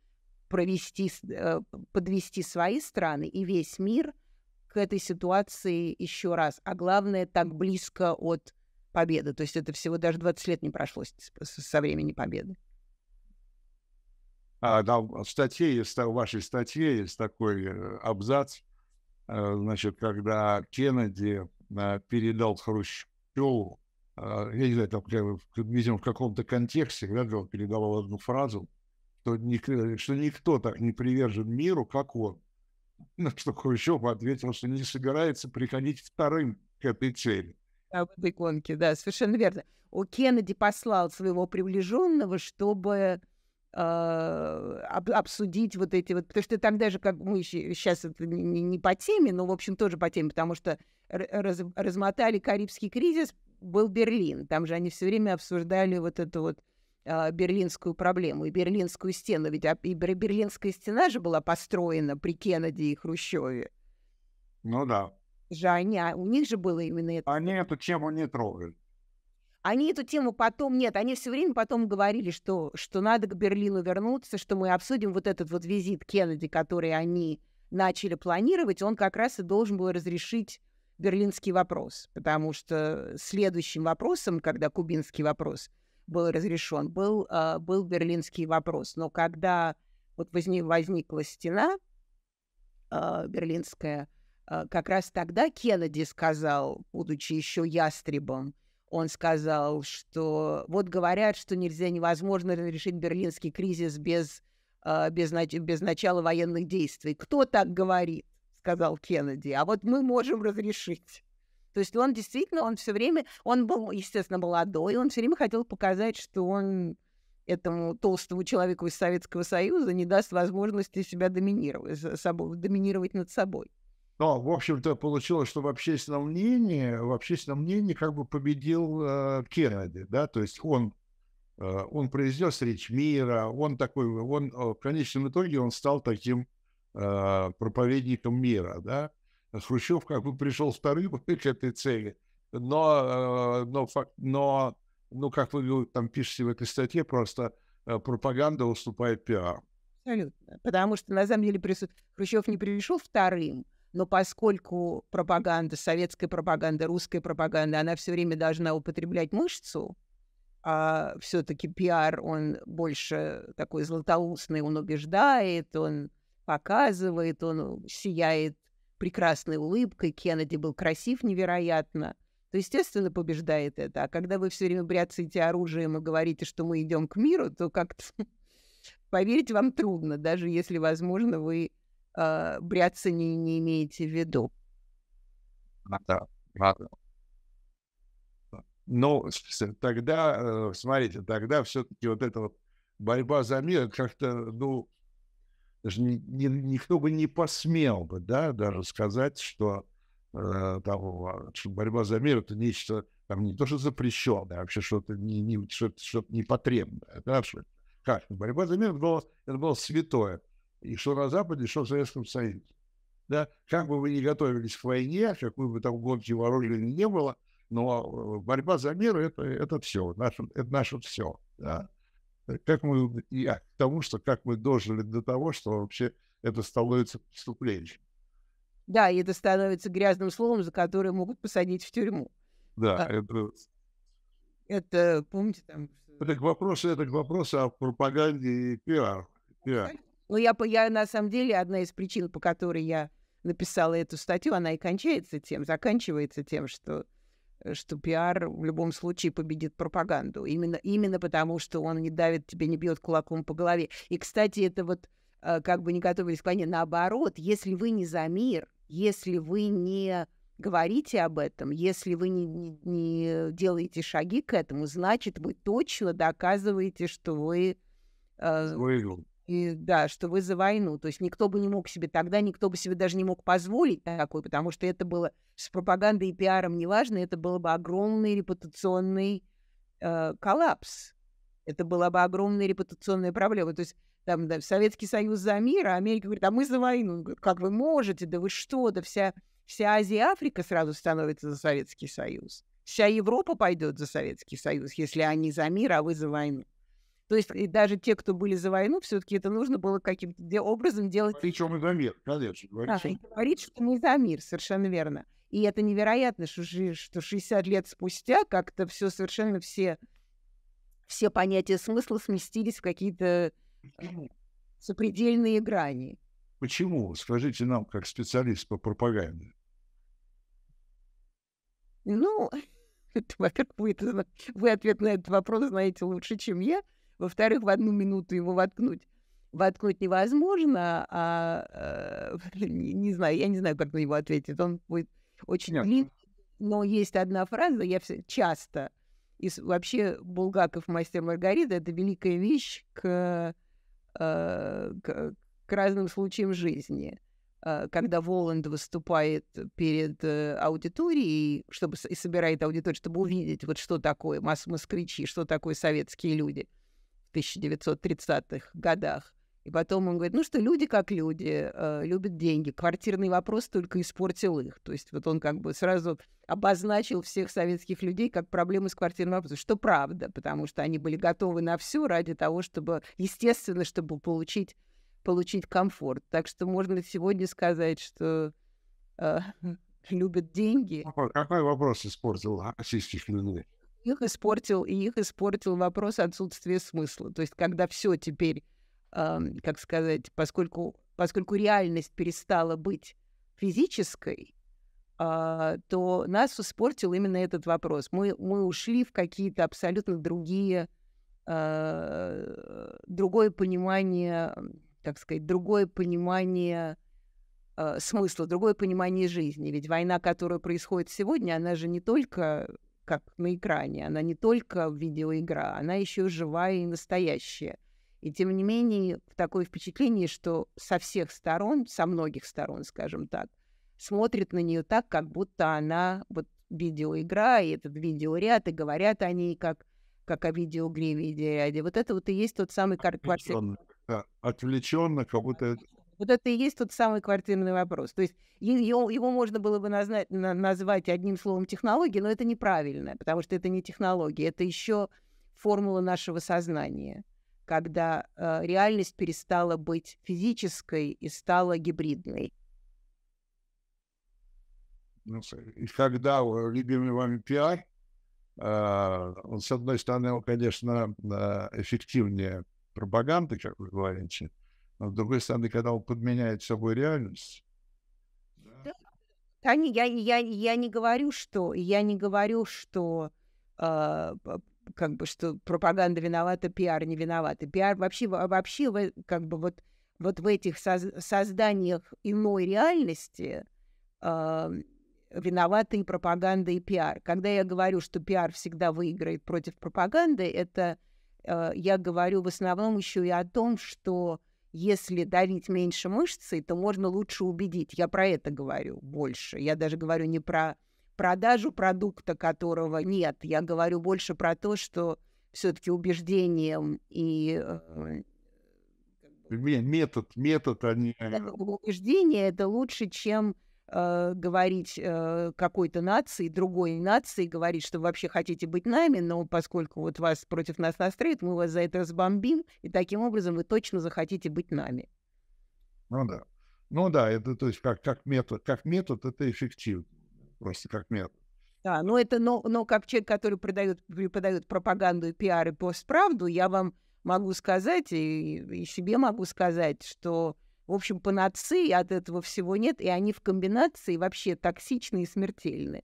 подвести свои страны и весь мир к этой ситуации еще раз. А главное, так близко от победы. То есть это всего даже 20 лет не прошло со времени победы. Да, в вашей статье есть такой абзац, значит, когда Кеннеди передал Хрущеву, я не знаю, там, видимо, в каком-то контексте, когда он передавал одну фразу, что никто так не привержен миру, как он. На что Хрущев ответил, что не собирается приходить вторым к этой цели. В этой гонке, да, совершенно верно. Кеннеди послал своего приближенного, чтобы обсудить вот эти вот... Потому что тогда же, как мы сейчас это не по теме, но, в общем, тоже по теме, потому что размотали Карибский кризис, был Берлин. Там же они все время обсуждали вот эту вот берлинскую проблему и Берлинскую стену. Ведь и Берлинская стена же была построена при Кеннеди и Хрущеве. Ну да. У них же было именно это. Они эту тему не трогали. Они эту тему потом... Нет, они все время потом говорили, что надо к Берлину вернуться, что мы обсудим вот этот вот визит Кеннеди, который они начали планировать, он как раз и должен был разрешить берлинский вопрос, потому что следующим вопросом, когда кубинский вопрос был разрешен, был берлинский вопрос. Но когда вот возникла стена берлинская, как раз тогда Кеннеди сказал, будучи еще ястребом, он сказал, что вот говорят, что невозможно разрешить берлинский кризис без начала военных действий. Кто так говорит, сказал Кеннеди, а вот мы можем разрешить. То есть он действительно, он все время, он был, естественно, молодой, он все время хотел показать, что он этому толстому человеку из Советского Союза не даст возможности себя доминировать над собой. Но, в общем-то, получилось, что в общественном мнении как бы победил Кеннеди, да, то есть он произнес речь мира, в конечном итоге он стал таким проповедником мира, да. Хрущев как бы пришел вторым к этой цели, но, как вы там пишете в этой статье, просто пропаганда уступает пиару. Абсолютно. Потому что, на самом деле, Хрущев не пришел вторым, но поскольку пропаганда, советская пропаганда, русская пропаганда, она все время должна употреблять мышцу, а все-таки пиар, он больше такой златоустный, он убеждает, он показывает, он сияет прекрасной улыбкой. Кеннеди был красив невероятно. То, естественно, побеждает это. А когда вы все время бряцаете оружием и говорите, что мы идем к миру, то как-то поверить вам трудно, даже если, возможно, вы бряцание не имеете в виду. Да, ладно. Но тогда, смотрите, тогда все-таки вот эта вот борьба за мир как-то, ну, даже никто бы не посмел бы, да, даже сказать, что, что борьба за мир — это нечто, там, не то что запрещенное, а вообще что-то что-то непотребное, да, что как? Борьба за мир это было святое. И что на Западе, что в Советском Союзе. Да? Как бы вы ни готовились к войне, какой бы там гонки вооружений не было, но борьба за мир — это все, это наше все. Да? Как мы, к тому, что как мы дожили до того, что вообще это становится преступлением. Да, и это становится грязным словом, за которое могут посадить в тюрьму. Да, это, помните, там... Это к вопросу о пропаганде и пиар. Ну, я на самом деле, одна из причин, по которой я написала эту статью, она и заканчивается тем, что пиар в любом случае победит пропаганду. Именно потому, что он не давит тебе, не бьет кулаком по голове. И, кстати, это вот как бы не готовились к войне. Наоборот, если вы не за мир, если вы не говорите об этом, если вы не делаете шаги к этому, значит, вы точно доказываете, что вы... что вы за войну. То есть никто бы себе даже не мог позволить такой, потому что это было с пропагандой и пиаром неважно, это было бы огромный репутационный коллапс. Это была бы огромная репутационная проблема. То есть там Советский Союз за мир, а Америка говорит, а мы за войну. Говорит, как вы можете? Да вы что? Да вся Азия и Африка сразу становится за Советский Союз. Вся Европа пойдет за Советский Союз, если они за мир, а вы за войну. То есть и даже те, кто были за войну, все-таки это нужно было каким-то образом делать... Причем мы за мир, конечно. Говорить, что мы за мир, совершенно верно. И это невероятно, что 60 лет спустя как-то совершенно все понятия смысла сместились в какие-то сопредельные грани. Почему? Скажите нам, как специалист по пропаганде. Ну, во-первых, вы ответ на этот вопрос знаете лучше, чем я. Во-вторых, в одну минуту его воткнуть невозможно, не знаю, я не знаю, как на него ответить. Он будет очень длинный. Но есть одна фраза, часто, и вообще Булгаков «Мастер Маргарита» — это великая вещь к разным случаям жизни. Когда Воланд выступает перед аудиторией, и собирает аудиторию, чтобы увидеть, вот что такое москвичи, что такое советские люди в 1930-х годах. И потом он говорит, что люди как люди, любят деньги. Квартирный вопрос только испортил их. То есть вот он как бы сразу обозначил всех советских людей как проблемы с квартирным вопросом, что правда, потому что они были готовы на все ради того, чтобы, естественно, чтобы получить комфорт. Так что можно сегодня сказать, что любят деньги. Какой вопрос испортил российских людей? Их испортил вопрос отсутствия смысла. То есть когда все теперь, как сказать, поскольку реальность перестала быть физической, то нас испортил именно этот вопрос. Мы ушли в какие-то абсолютно другое понимание, так сказать, другое понимание смысла, другое понимание жизни. Ведь война, которая происходит сегодня, она же не только как на экране, она не только видеоигра, она еще живая и настоящая. И тем не менее, такое впечатление, что со многих сторон, скажем так, смотрят на нее так, как будто она вот видеоигра, и этот видеоряд, и говорят о ней как о видеоигре, видеоряде. Вот это вот и есть тот самый Отвлеченно, да, отвлеченно, как будто вот это и есть тот самый квартирный вопрос. То есть его можно было бы назвать одним словом технология, но это неправильно, потому что это не технология, это еще формула нашего сознания, когда реальность перестала быть физической и стала гибридной. ну, и когда любимый вами пиар, он, с одной стороны, он, конечно, эффективнее пропаганды, как вы говорите, но с другой стороны, когда он подменяет собой реальность, да, Да. Я не говорю, что как бы что пропаганда виновата, пиар не виноват. И пиар вообще как бы вот в этих созданиях иной реальности а, виноваты и пропаганда, и пиар. Когда я говорю, что пиар всегда выиграет против пропаганды, это я говорю в основном еще и о том, что если давить меньше мышцей, то можно лучше убедить. Я про это говорю больше. Я даже говорю не про продажу продукта, которого нет. Я говорю больше про то, что все-таки убеждением и метод, они... убеждение это лучше, чем говорить какой-то нации, другой нации, говорить, что вы вообще хотите быть нами, но поскольку вот вас против нас настроят, мы вас за это разбомбим, и таким образом вы точно захотите быть нами. Ну да. Ну да, это то есть как метод это эффективно. Просто как метод. Да, но как человек, который преподает пропаганду и пиар и постправду, я вам могу сказать, и себе могу сказать, что, в общем, панацеи от этого всего нет, и они в комбинации вообще токсичны и смертельны.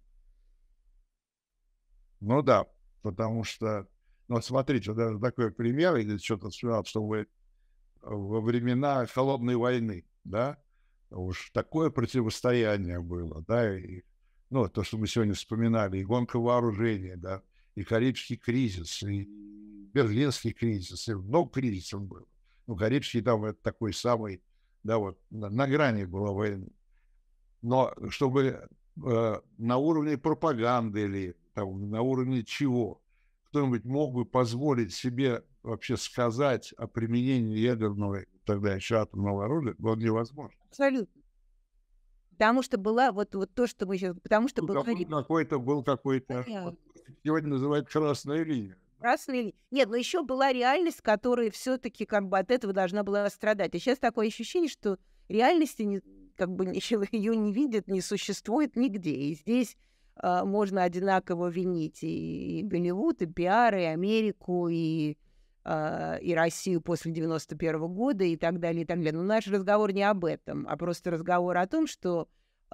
Ну да, потому что, ну вот смотрите, вот даже такой пример, или что-то вспоминал, что вы во времена холодной войны, да, уж такое противостояние было, да, и, ну, то, что мы сегодня вспоминали, и гонка вооружения, да, и Карибский кризис, и Берлинский кризис, и много кризисов было. Ну, Карибский там это такой самый, да, вот, на грани была войны. Но чтобы на уровне пропаганды или там, на уровне чего кто-нибудь мог бы позволить себе вообще сказать о применении ядерного, тогда еще атомного оружия, было невозможно. Абсолютно. Потому что была вот то, что мы сейчас... Потому что была... Был какой-то, вот, сегодня называют красная линия. Красная линия. Нет, но еще была реальность, которая все-таки как бы от этого должна была страдать. И сейчас такое ощущение, что реальности как бы ее не видят, не существует нигде. И здесь можно одинаково винить и Голливуд, и пиар, и Америку, и Россию после 91-го года, и так далее, и так далее. Но наш разговор не об этом, а просто разговор о том, что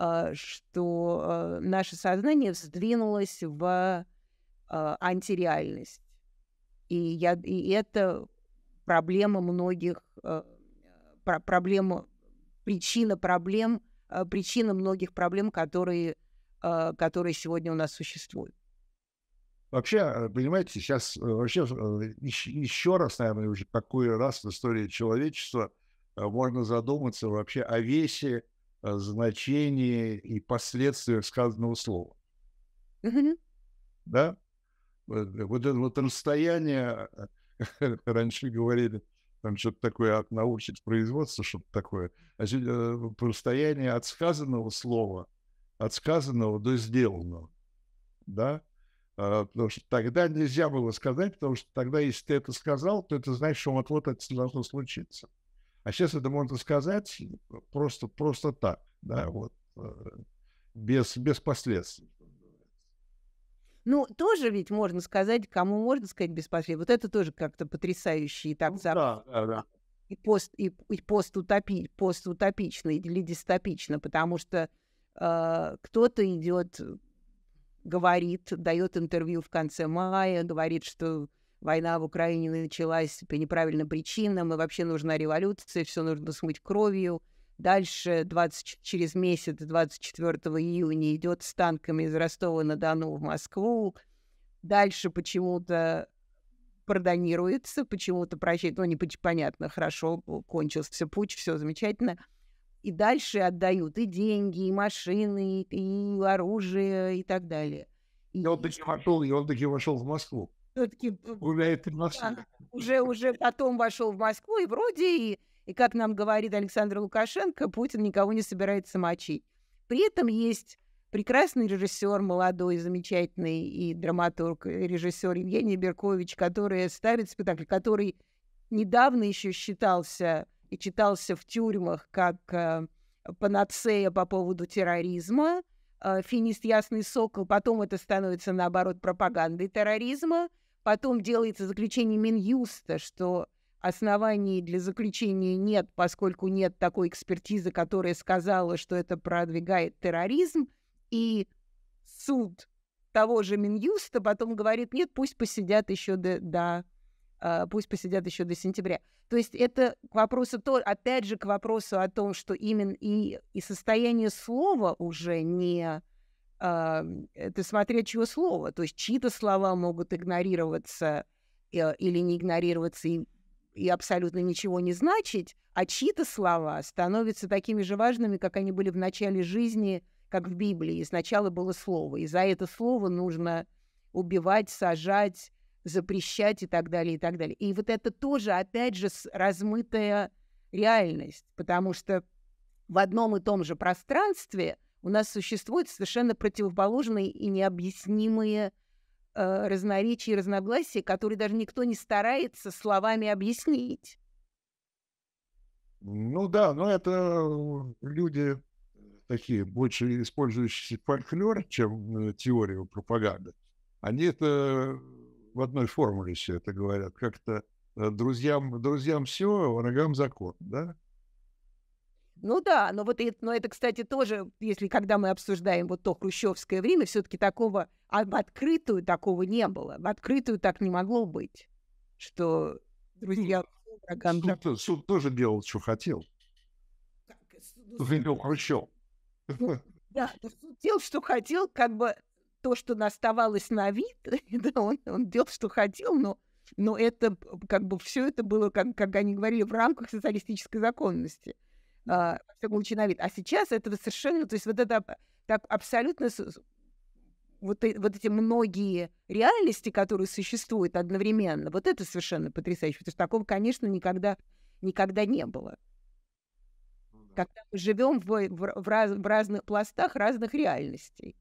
наше сознание сдвинулось в антиреальность. И это проблема многих, причина многих проблем, которые сегодня у нас существуют. Вообще, понимаете, сейчас вообще еще раз, наверное, уже какой раз в истории человечества можно задуматься вообще о весе, значении и последствиях сказанного слова. Да? Вот это вот расстояние, раньше говорили, там что-то такое от научить производства, что-то такое, расстояние от сказанного слова, от сказанного до сделанного, да? Потому что тогда нельзя было сказать, потому что тогда, если ты это сказал, то это значит, что вот это должно случиться. А сейчас это можно сказать просто так, да, вот, без последствий. Ну, тоже ведь можно сказать, кому можно сказать без последствий. Вот это тоже как-то потрясающе и так Да. и постутопично или дистопично, потому что кто-то идет, говорит, дает интервью в конце мая, говорит, что война в Украине началась по неправильным причинам, и вообще нужна революция, все нужно смыть кровью. Дальше через месяц, 24 июня, идет с танками из Ростова-на-Дону в Москву. Дальше почему-то пардонируется, почему-то прощает. Ну, непонятно, хорошо, кончился путч, все замечательно. и дальше отдают и деньги, и машины, и оружие, и так далее. И он таки вошел в Москву. Всё-таки, Гуляет в Москве. да, уже потом вошел в Москву, и вроде, и как нам говорит Александр Лукашенко, Путин никого не собирается мочить. При этом есть прекрасный режиссер, молодой, замечательный и драматург, и режиссер Евгений Беркович, который ставит спектакль, который недавно еще считался и читался в тюрьмах как панацея по поводу терроризма, «Финист Ясный Сокол», потом это становится, наоборот, пропагандой терроризма, потом делается заключение Минюста, что оснований для заключения нет, поскольку нет такой экспертизы, которая сказала, что это продвигает терроризм, и суд того же Минюста потом говорит, нет, пусть посидят еще пусть посидят еще до сентября. То есть это к вопросу, опять же, к вопросу о том, что именно и состояние слова уже не... это смотря чье слово. То есть чьи-то слова могут игнорироваться или не игнорироваться и абсолютно ничего не значить, а чьи-то слова становятся такими же важными, как они были в начале жизни, как в Библии. Сначала было слово, и за это слово нужно убивать, сажать, запрещать и так далее, и так далее. И вот это тоже, опять же, размытая реальность, потому что в одном и том же пространстве у нас существуют совершенно противоположные и необъяснимые разноречия и разногласия, которые даже никто не старается словами объяснить. Ну да, но это люди такие, больше использующие фольклор, чем теорию пропаганды. Они это в одной формуле все это говорят. Как-то друзьям все, врагам закон, да? Ну да, но это, кстати, тоже, если когда мы обсуждаем вот то хрущевское время, все-таки такого, в открытую такого не было. В открытую так не могло быть, что друзья врагам закон. Суд тоже делал, что хотел. Видел Хрущев. Да, суд делал, что хотел, как бы то, что оставалось на вид, да, он делал, что хотел, но это как бы все это было, как они говорили, в рамках социалистической законности. Во всяком случае, на вид. А сейчас это совершенно, то есть вот это так абсолютно вот эти многие реальности, которые существуют одновременно, вот это совершенно потрясающе, потому что такого, конечно, никогда не было. Когда мы живем в разных пластах разных реальностей.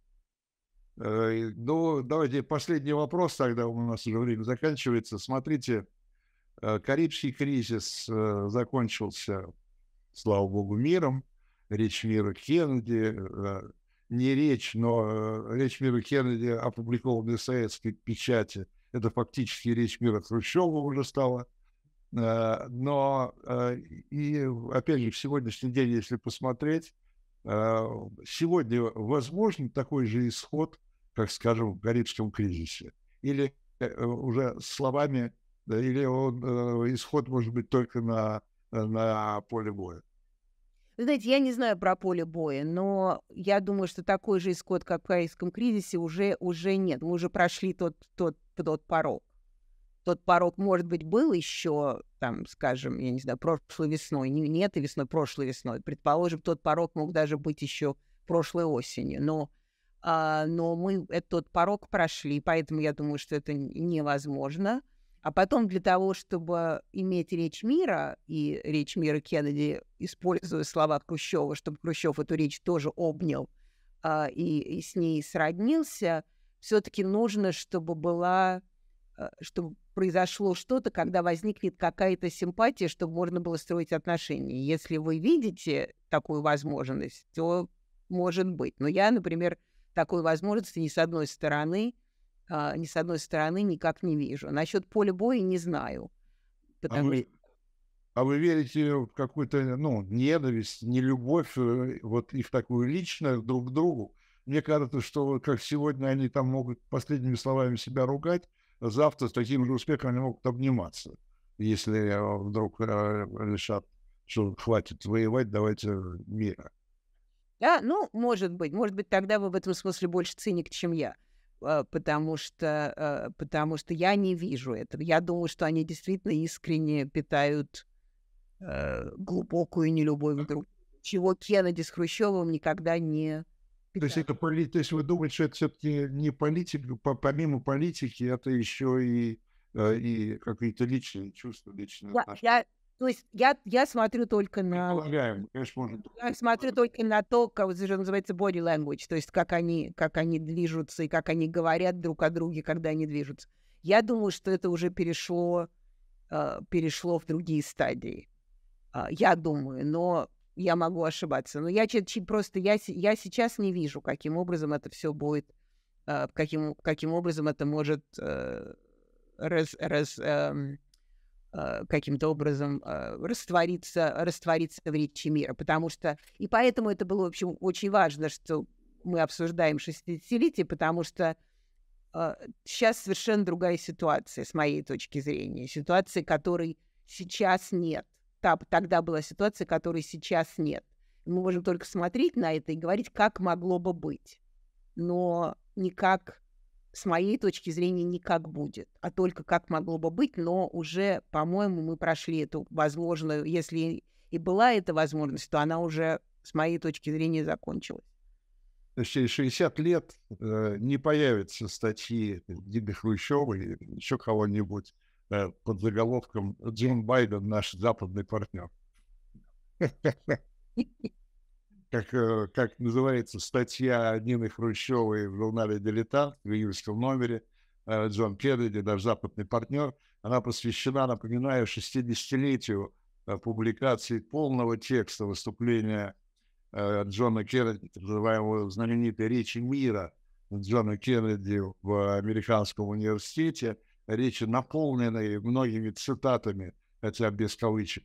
Ну, давайте последний вопрос, тогда у нас уже время заканчивается. Смотрите, Карибский кризис закончился, слава богу, миром. Речь мира Кеннеди, не речь, но речь мира Кеннеди, опубликованная в советской печати, это фактически речь мира Хрущева уже стала. Но и, опять же, в сегодняшний день, если посмотреть, сегодня возможен такой же исход, как, скажем, в Карибском кризисе? Или уже словами, или исход может быть только на поле боя? Вы знаете, я не знаю про поле боя, но я думаю, что такой же исход, как в Карибском кризисе, уже нет. Мы уже прошли тот порог. Тот порог, может быть, был еще, там, скажем, я не знаю, прошлой весной, не этой весной, прошлой весной. Предположим, тот порог мог даже быть еще прошлой осенью. Но мы этот порог прошли, поэтому я думаю, что это невозможно. А потом для того, чтобы иметь речь мира, и речь мира Кеннеди, используя слова Хрущева, чтобы Хрущев эту речь тоже обнял и с ней сроднился, все-таки нужно, чтобы произошло что-то, когда возникнет какая-то симпатия, чтобы можно было строить отношения. Если вы видите такую возможность, то может быть. Но я, например, такой возможности ни с одной стороны никак не вижу. Насчет поля боя не знаю. А вы верите в какую-то, ненависть, нелюбовь, вот их такую личную друг к другу? Мне кажется, что как сегодня они там могут последними словами себя ругать, завтра с таким же успехом они могут обниматься, если вдруг решат, что хватит воевать, давайте мира. Да, может быть. Может быть, тогда вы в этом смысле больше циник, чем я. Потому что я не вижу этого. Я думаю, что они действительно искренне питают глубокую нелюбовь друг к другу. чего Кеннеди с Хрущевым никогда не То есть, питали. то есть вы думаете, что это все-таки не политика, помимо политики, это еще и какие-то личные чувства, личные Я, отношения? я, то есть я смотрю только на Предполагаем, конечно, можно. Я смотрю только на то, как это же называется body language, то есть как они движутся и как они говорят друг о друге, когда они движутся. Я думаю, что это уже перешло в другие стадии. Я думаю, но я могу ошибаться. Но просто я сейчас не вижу, каким образом это все будет, каким образом это может каким-то образом раствориться в речи мира. Потому что... И поэтому это было, в общем, очень важно, что мы обсуждаем 60-летие, потому что сейчас совершенно другая ситуация, с моей точки зрения. Ситуация, которой сейчас нет. Тогда была ситуация, которой сейчас нет. Мы можем только смотреть на это и говорить, как могло бы быть. Но никак, с моей точки зрения, не как будет, а только как могло бы быть, но уже, по-моему, мы прошли эту возможную, если и была эта возможность, то она уже, с моей точки зрения, закончилась. То есть через 60 лет не появятся статьи Димы Хрущева или еще кого-нибудь под заголовком «Джон Байден наш западный партнер». Как называется статья Нины Хрущевой в журнале «Дилетант» в июльском номере «Джон Кеннеди, наш западный партнер». Она посвящена, напоминаю, 60-летию публикации полного текста выступления Джона Кеннеди, так называемой знаменитой речи мира Джона Кеннеди в Американском университете, речи, наполненные многими цитатами, хотя без кавычек,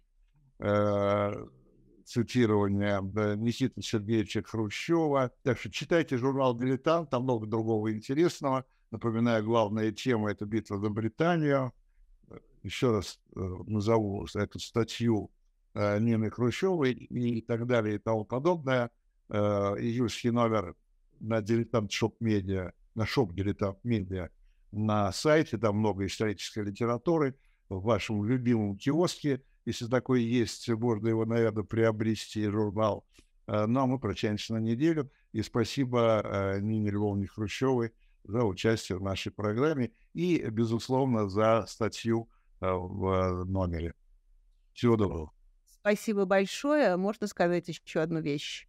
цитирования Никиты Сергеевича Хрущева. Так что читайте журнал «Дилетант», там много другого интересного. Напоминаю, главная тема – это битва за Британию. Еще раз назову эту статью Нины Хрущевой и так далее и тому подобное. Июльский номер на «Дилетант Шоп Медиа», на Шоп «Дилетант Медиа» на сайте, там много исторической литературы, в вашем любимом киоске, если такой есть, можно его, наверное, приобрести, журнал. Ну, а мы прощаемся на неделю. И спасибо Нине Львовне Хрущевой за участие в нашей программе и, безусловно, за статью в номере. Всего доброго. Спасибо большое. Можно сказать еще одну вещь?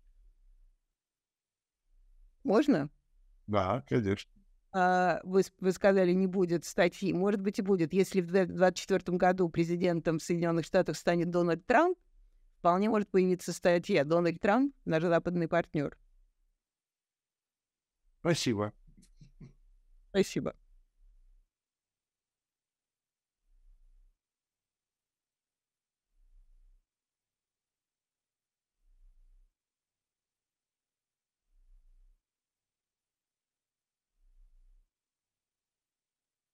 Можно? Да, конечно. Вы сказали, не будет статьи. Может быть, и будет. Если в 2024 году президентом Соединенных Штатов станет Дональд Трамп, вполне может появиться статья «Дональд Трамп, наш западный партнер». Спасибо. Спасибо.